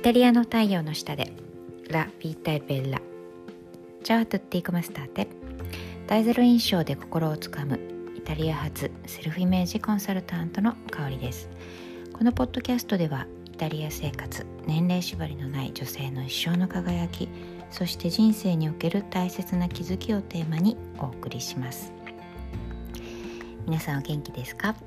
タリアの太陽の下でラ・ビータイ・ベッラ。Ciao a tutti, come state? 大ゼロ印象で心をつかむイタリア発セルフイメージコンサルタントの香りです。このポッドキャストではイタリア生活、年齢縛りのない女性の一生の輝き、そして人生における大切な気づきをテーマにお送りします。皆さんお元気ですか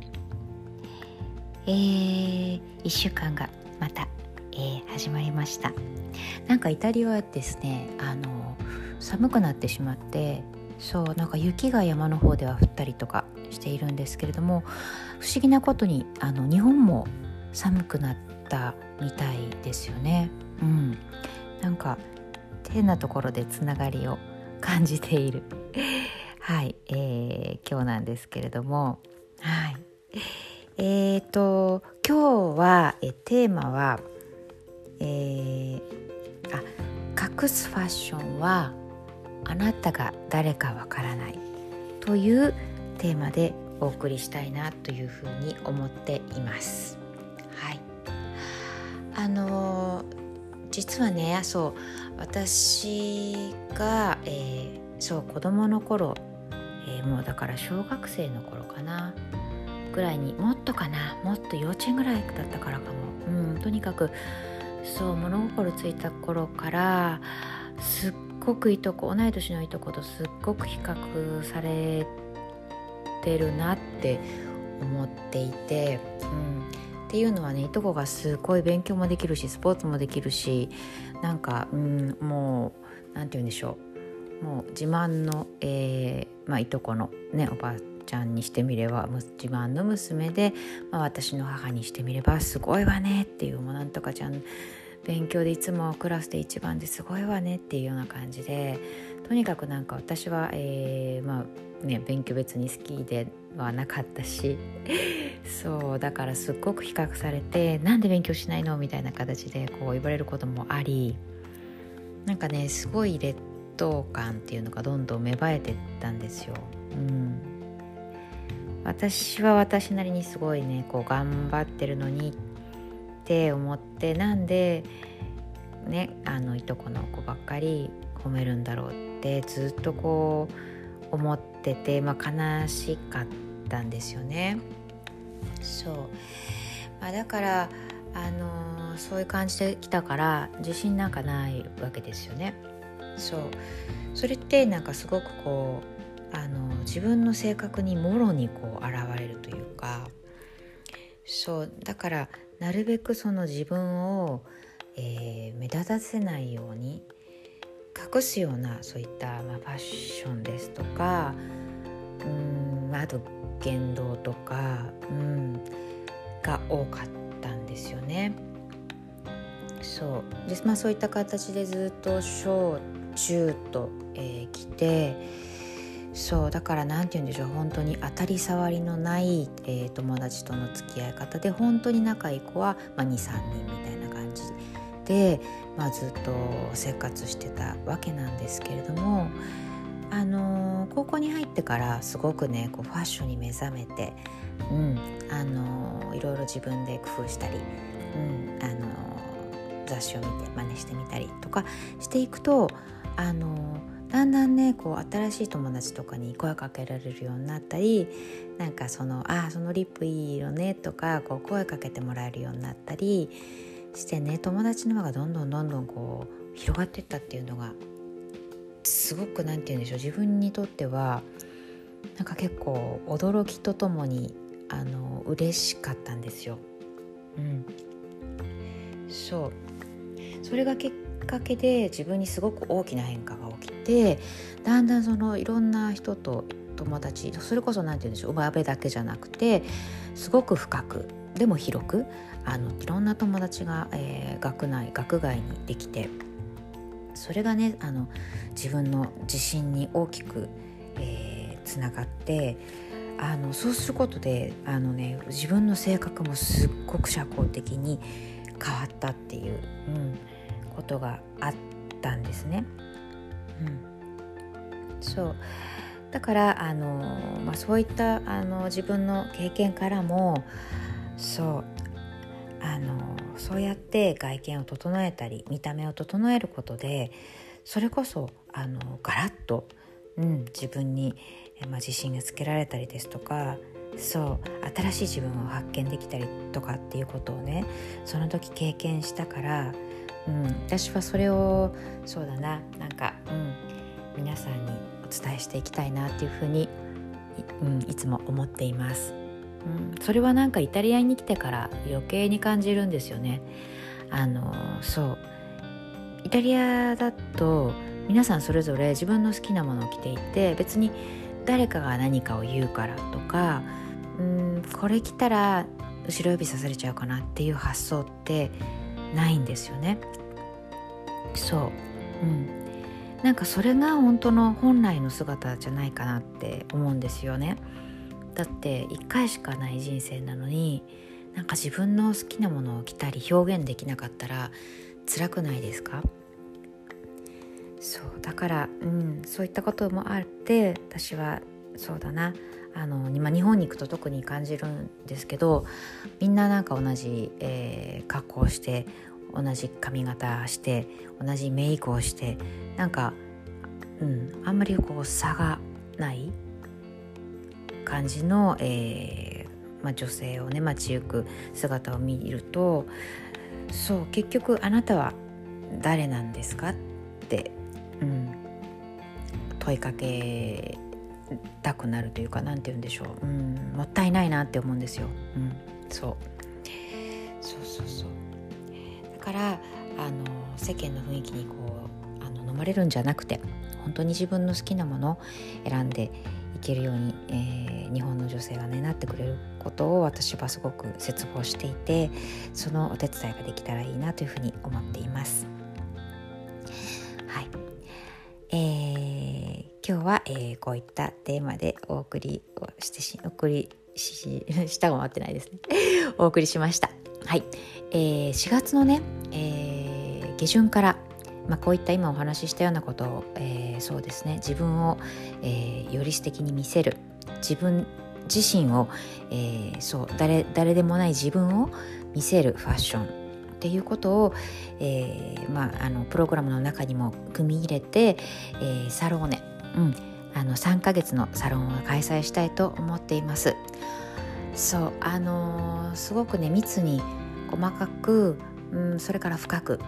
？1週間がまた、始まりました。なんかイタリアはですね、寒くなってしまって、なんか雪が山の方では降ったりとかしているんですけれども、不思議なことに日本も寒くなったみたいですよね。なんか変なところでつながりを感じているはい、今日なんですけれども、はい、今日は、テーマは、隠すファッションはあなたが誰かわからないというテーマでお送りしたいなというふうに思っています。はい、実はね、私が、子供の頃、もうだから小学生の頃かなぐらいに、もっと幼稚園ぐらいだったからかも、とにかく物心ついた頃からすっごく同い年のいとことすっごく比較されてるなって思っていて、っていうのはね、いとこがすごい勉強もできるしスポーツもできるし、なんか、もうなんて言うんでしょう、もう自慢の、いとこのね、おばあちゃんにしてみれば自慢の娘で、私の母にしてみればすごいわねっていう、もうなんとかちゃん勉強でいつもクラスで一番ですごいわねっていうような感じで、とにかくなんか私は、勉強別に好きではなかったしだからすっごく比較されて、なんで勉強しないのみたいな形でこう言われることもあり、なんかね、すごい劣等感っていうのがどんどん芽生えてったんですよ。私は私なりにすごいね、こう頑張ってるのにって思って、なんでね、いとこの子ばっかり褒めるんだろうってずっとこう思ってて、悲しかったんですよね。だからそういう感じで来たから自信なんかないわけですよね。それってなんかすごくこう自分の性格にもろにこう現れるというか、だからなるべくその自分を、目立たせないように隠すような、そういった、ファッションですとか、あと言動とか、が多かったんですよね。で、そういった形でずっと小中と、来て、だからなんて言うんでしょう、本当に当たり障りのない、友達との付き合い方で、本当に仲いい子は、2、3人みたいな感じで、ずっと生活してたわけなんですけれども、高校に入ってからすごくね、こうファッションに目覚めて、いろいろ自分で工夫したり、雑誌を見て真似してみたりとかしていくと、だんだんね、こう新しい友達とかに声かけられるようになったり、なんかそのリップいい色ねとか、こう声かけてもらえるようになったりしてね、友達の輪がどんどんこう広がっていったっていうのがすごくなんて言うんでしょう、自分にとってはなんか結構驚きとともに嬉しかったんですよ。それがきっかけで自分にすごく大きな変化が起きて、だんだんいろんな人と友達、それこそなんて言うんでしょう、上辺だけじゃなくてすごく深くでも広くいろんな友達が、学外にできて、それがね自分の自信に大きく、つながって、そうすることで自分の性格もすっごく社交的に変わったっていう、ことがあったんですね。だから自分の経験からもそうやって外見を整えたり見た目を整えることで、それこそガラッと、自分に、自信がつけられたりですとか、新しい自分を発見できたりとかっていうことをね、その時経験したから、私はそれを皆さんにお伝えしていきたいなっていうふうに、いつも思っています。それはイタリアに来てから余計に感じるんですよね。イタリアだと皆さんそれぞれ自分の好きなものを着ていて、別に誰かが何かを言うからとか、これ着たら後ろ指さされちゃうかなっていう発想ってないんですよね。それが本当の本来の姿じゃないかなって思うんですよね。だって1回しかない人生なのに、自分の好きなものを着たり表現できなかったら辛くないですか？だから、そういったこともあって、私は今日本に行くと特に感じるんですけど、みんな同じ、格好をして、同じ髪型して、同じメイクをして、あんまり差がない感じの、女性をね、街行く姿を見ると、結局あなたは誰なんですかって、問いかけたくなるというか、なんて言うんでしょう、もったいないなって思うんですよ。そうだから世間の雰囲気に飲まれるんじゃなくて、本当に自分の好きなものを選んでいけるように、日本の女性がねなってくれることを私はすごく切望していて、そのお手伝いができたらいいなというふうに思っています。今日は、こういったテーマでお送りしたが回ってないですねお送りしました。4月のね、下旬から、こういった今お話ししたようなことを、自分を、より素敵に見せる、自分自身を、誰でもない自分を見せるファッションっていうことを、プログラムの中にも組み入れて、サローネ、3ヶ月のサロンを開催したいと思っています。すごくね、密に細かく、それから深く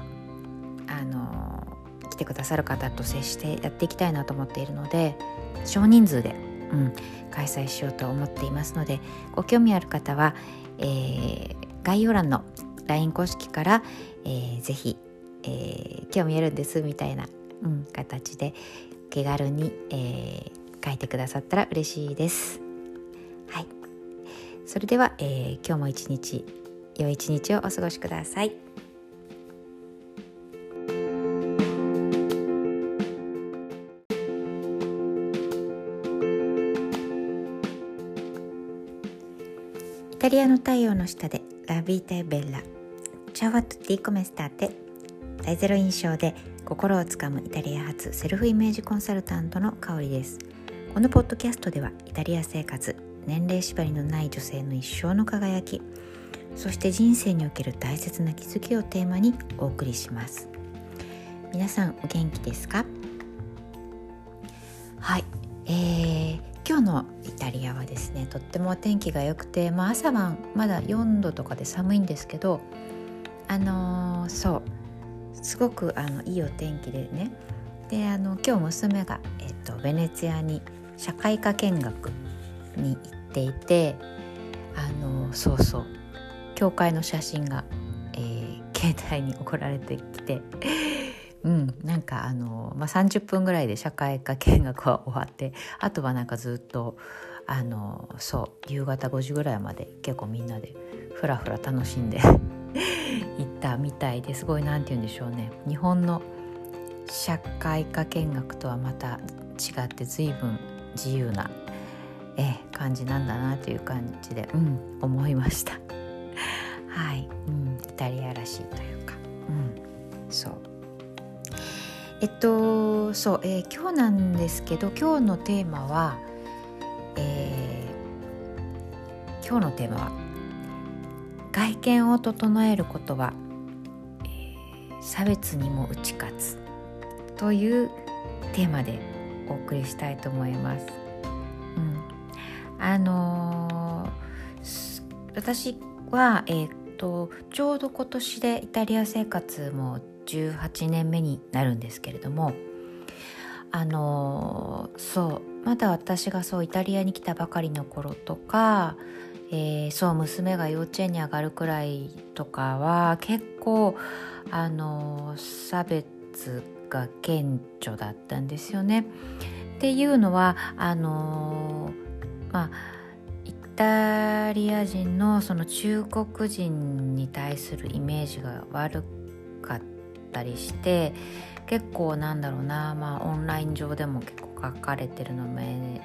来てくださる方と接してやっていきたいなと思っているので、少人数で、開催しようと思っていますので、ご興味ある方は、概要欄の LINE 公式から、ぜひ、興味あるんですみたいな、形で気軽に、書いてくださったら嬉しいです。それでは、今日も良い一日をお過ごしください。イタリアの太陽の下でラビータベッラ。チャワトティコメスターテ。大ゼロ印象で心をつかむイタリア発セルフイメージコンサルタントの香りです。このポッドキャストでは、イタリア生活、年齢縛りのない女性の一生の輝き、そして人生における大切な気づきをテーマにお送りします。皆さんお元気ですか？今日のイタリアはですね、とっても天気が良くて、朝晩まだ4度とかで寒いんですけど、すごくいいお天気でね。で、今日娘が、ベネツィアに社会科見学に行っていて、教会の写真が、携帯に送られてきて30分ぐらいで社会科見学は終わって、あとはずっと夕方5時ぐらいまで結構みんなでふらふら楽しんで行ったみたいで、すごいなんて言うんでしょうね、日本の社会科見学とはまた違って随分自由な、感じなんだなという感じで、思いました。イタリアらしいというか、今日なんですけど、今日のテーマは外見を整えることは、差別にも打ち勝つというテーマでお送りしたいと思います。私は、ちょうど今年でイタリア生活も18年目になるんですけれども、まだ私がイタリアに来たばかりの頃とか、娘が幼稚園に上がるくらいとかは結構差別が顕著だったんですよね。っていうのはイタリア人のその中国人に対するイメージが悪かったりして、結構オンライン上でも結構書かれてるのを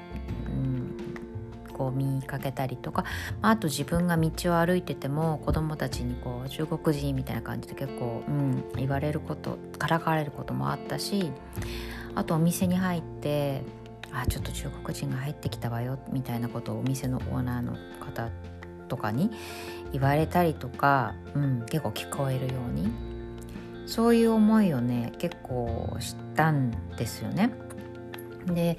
こう見かけたりとか、あと自分が道を歩いてても子供たちにこう中国人みたいな感じで結構、言われることからかわれることもあったし、あとお店に入ってちょっと中国人が入ってきたわよみたいなことをお店のオーナーの方とかに言われたりとか、結構聞こえるように、そういう思いをね結構したんですよね。で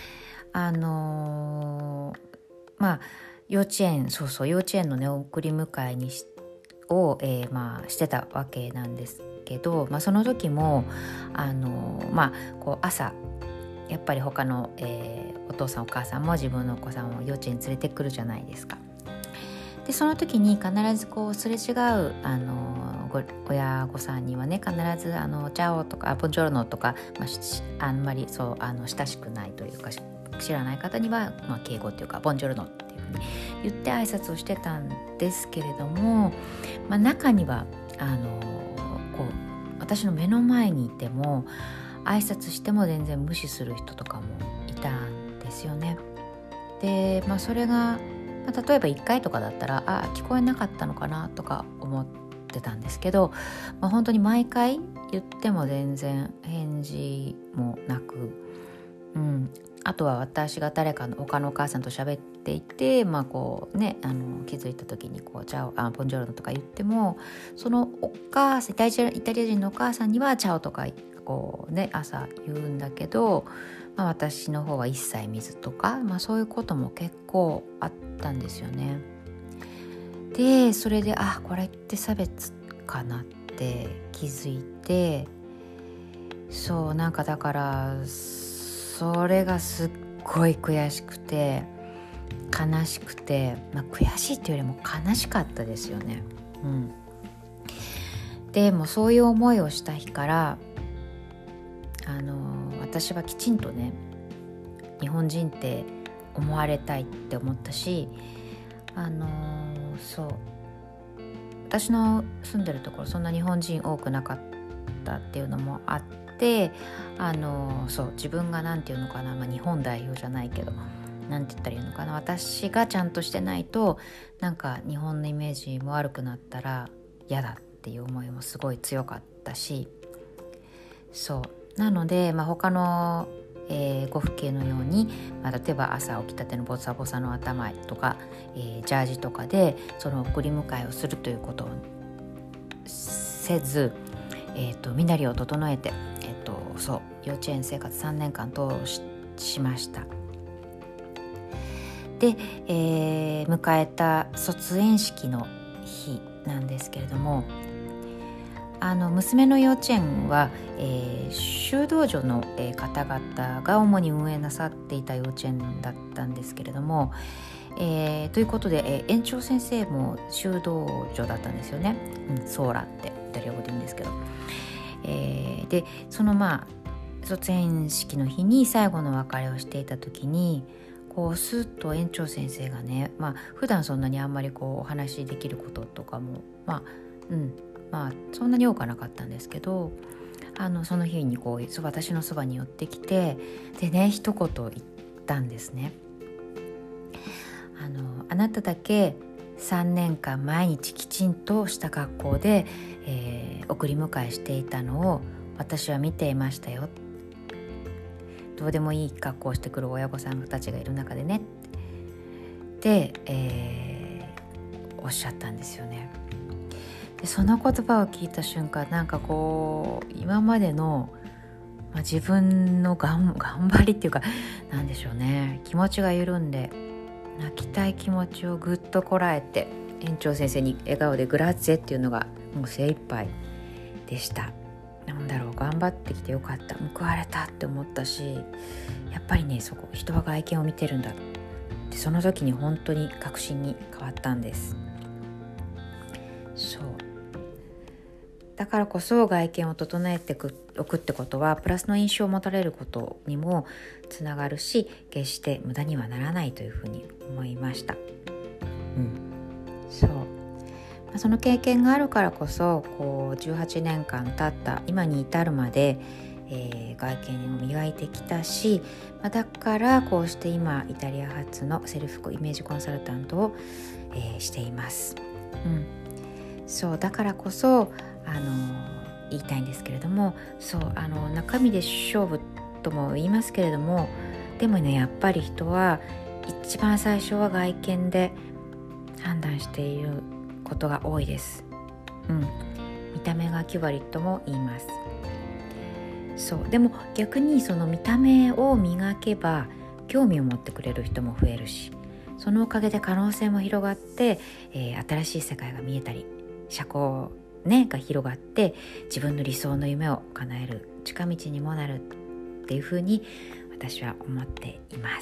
幼稚園のね送り迎えにしてたわけなんですけど、その時もこう朝やっぱり他の、お父さんお母さんも自分のお子さんを幼稚園に連れてくるじゃないですか。でその時に必ずこうすれ違う親御さんにはね、必ずチャオとかボンジョルノとか、あんまり親しくないというか知らない方には、敬語っていうかボンジョルノっていうふうに言って挨拶をしてたんですけれども、中にはこう私の目の前にいても挨拶しても全然無視する人とかもいたんですよね。で、それが、例えば1回とかだったら聞こえなかったのかなとか思ってたんですけど、本当に毎回言っても全然返事もなく、あとは私が誰かの他のお母さんと喋っていて、気づいた時にこうチャオボンジョルノとか言っても、そのお母さんイタリア人のお母さんにはチャオとかこうね朝言うんだけど、私の方は一切見ずとか、そういうことも結構あったんですよね。でそれでこれって差別かなって気づいて、だからそれがすっごい悔しくて悲しくて、悔しいっていうよりも悲しかったですよね。でもそういう思いをした日から私はきちんとね日本人って思われたいって思ったし、私の住んでるところそんな日本人多くなかったっていうのもあって、自分がなんていうのかな、日本代表じゃないけどなんて言ったらいいのかな、私がちゃんとしてないと日本のイメージも悪くなったら嫌だっていう思いもすごい強かったし、なので、他の、ご父兄のように、例えば朝起きたてのボサボサの頭とか、ジャージとかでその送り迎えをするということをせず、身なりを整えて、幼稚園生活3年間通しました。で、迎えた卒園式の日なんですけれども、娘の幼稚園は、修道女の、方々が主に運営なさっていた幼稚園だったんですけれども、ということで、園長先生も修道女だったんですよね。ソーラってイタリア語で言うんですけど、でその卒園式の日に最後の別れをしていた時にこうスッと園長先生がね、普段そんなにあんまりこうお話しできることとかもそんなに多くはなかったんですけど、その日にこう私のそばに寄ってきて、でね一言言ったんですね。あなただけ3年間毎日きちんとした格好で、送り迎えしていたのを私は見ていましたよ。どうでもいい格好をしてくる親御さんたちがいる中でねって、おっしゃったんですよね。 でその言葉を聞いた瞬間、なんかこう今までの、自分の頑張りっていうか、なんでしょうね、気持ちが緩んで、泣きたい気持ちをぐっとこらえて、園長先生に笑顔でグラッツェっていうのがもう精一杯でした。なんだろう、頑張ってきてよかった、報われたって思ったし、やっぱりね、そこ人は外見を見てるんだってその時に本当に確信に変わったんです。そうだからこそ外見を整えておくってことはプラスの印象を持たれることにもつながるし、決して無駄にはならないというふうに思いました。そう、その経験があるからこそ、こう18年間経った今に至るまで、外見を磨いてきたし、だからこうして今イタリア発のセルフイメージコンサルタントを、しています。そうだからこそ言いたいんですけれども、そう中身で勝負とも言いますけれども、でもね、やっぱり人は一番最初は外見で判断していることが多いです。見た目が9割とも言います。そうでも逆にその見た目を磨けば興味を持ってくれる人も増えるし、そのおかげで可能性も広がって、新しい世界が見えたり、社交が広がって自分の理想の夢を叶える近道にもなるっていうふうに私は思っています。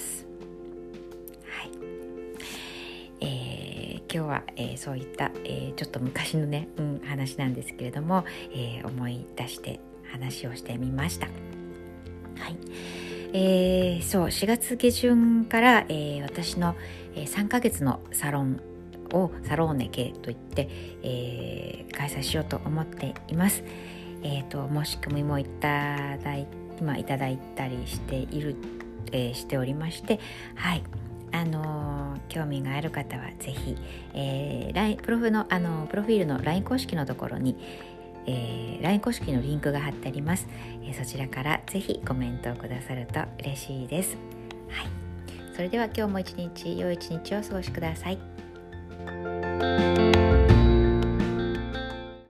今日は、そういった、ちょっと昔のね、話なんですけれども、思い出して話をしてみました。そう4月下旬から、私の、3ヶ月のサロンをサローネ系といって、開催しようと思っています。申し込みもいただいたりしておりまして、興味がある方はぜひ、プロフィールの LINE 公式のところに、LINE 公式のリンクが貼ってあります。そちらからぜひコメントをくださると嬉しいです。それでは今日も良い一日をお過ごしください。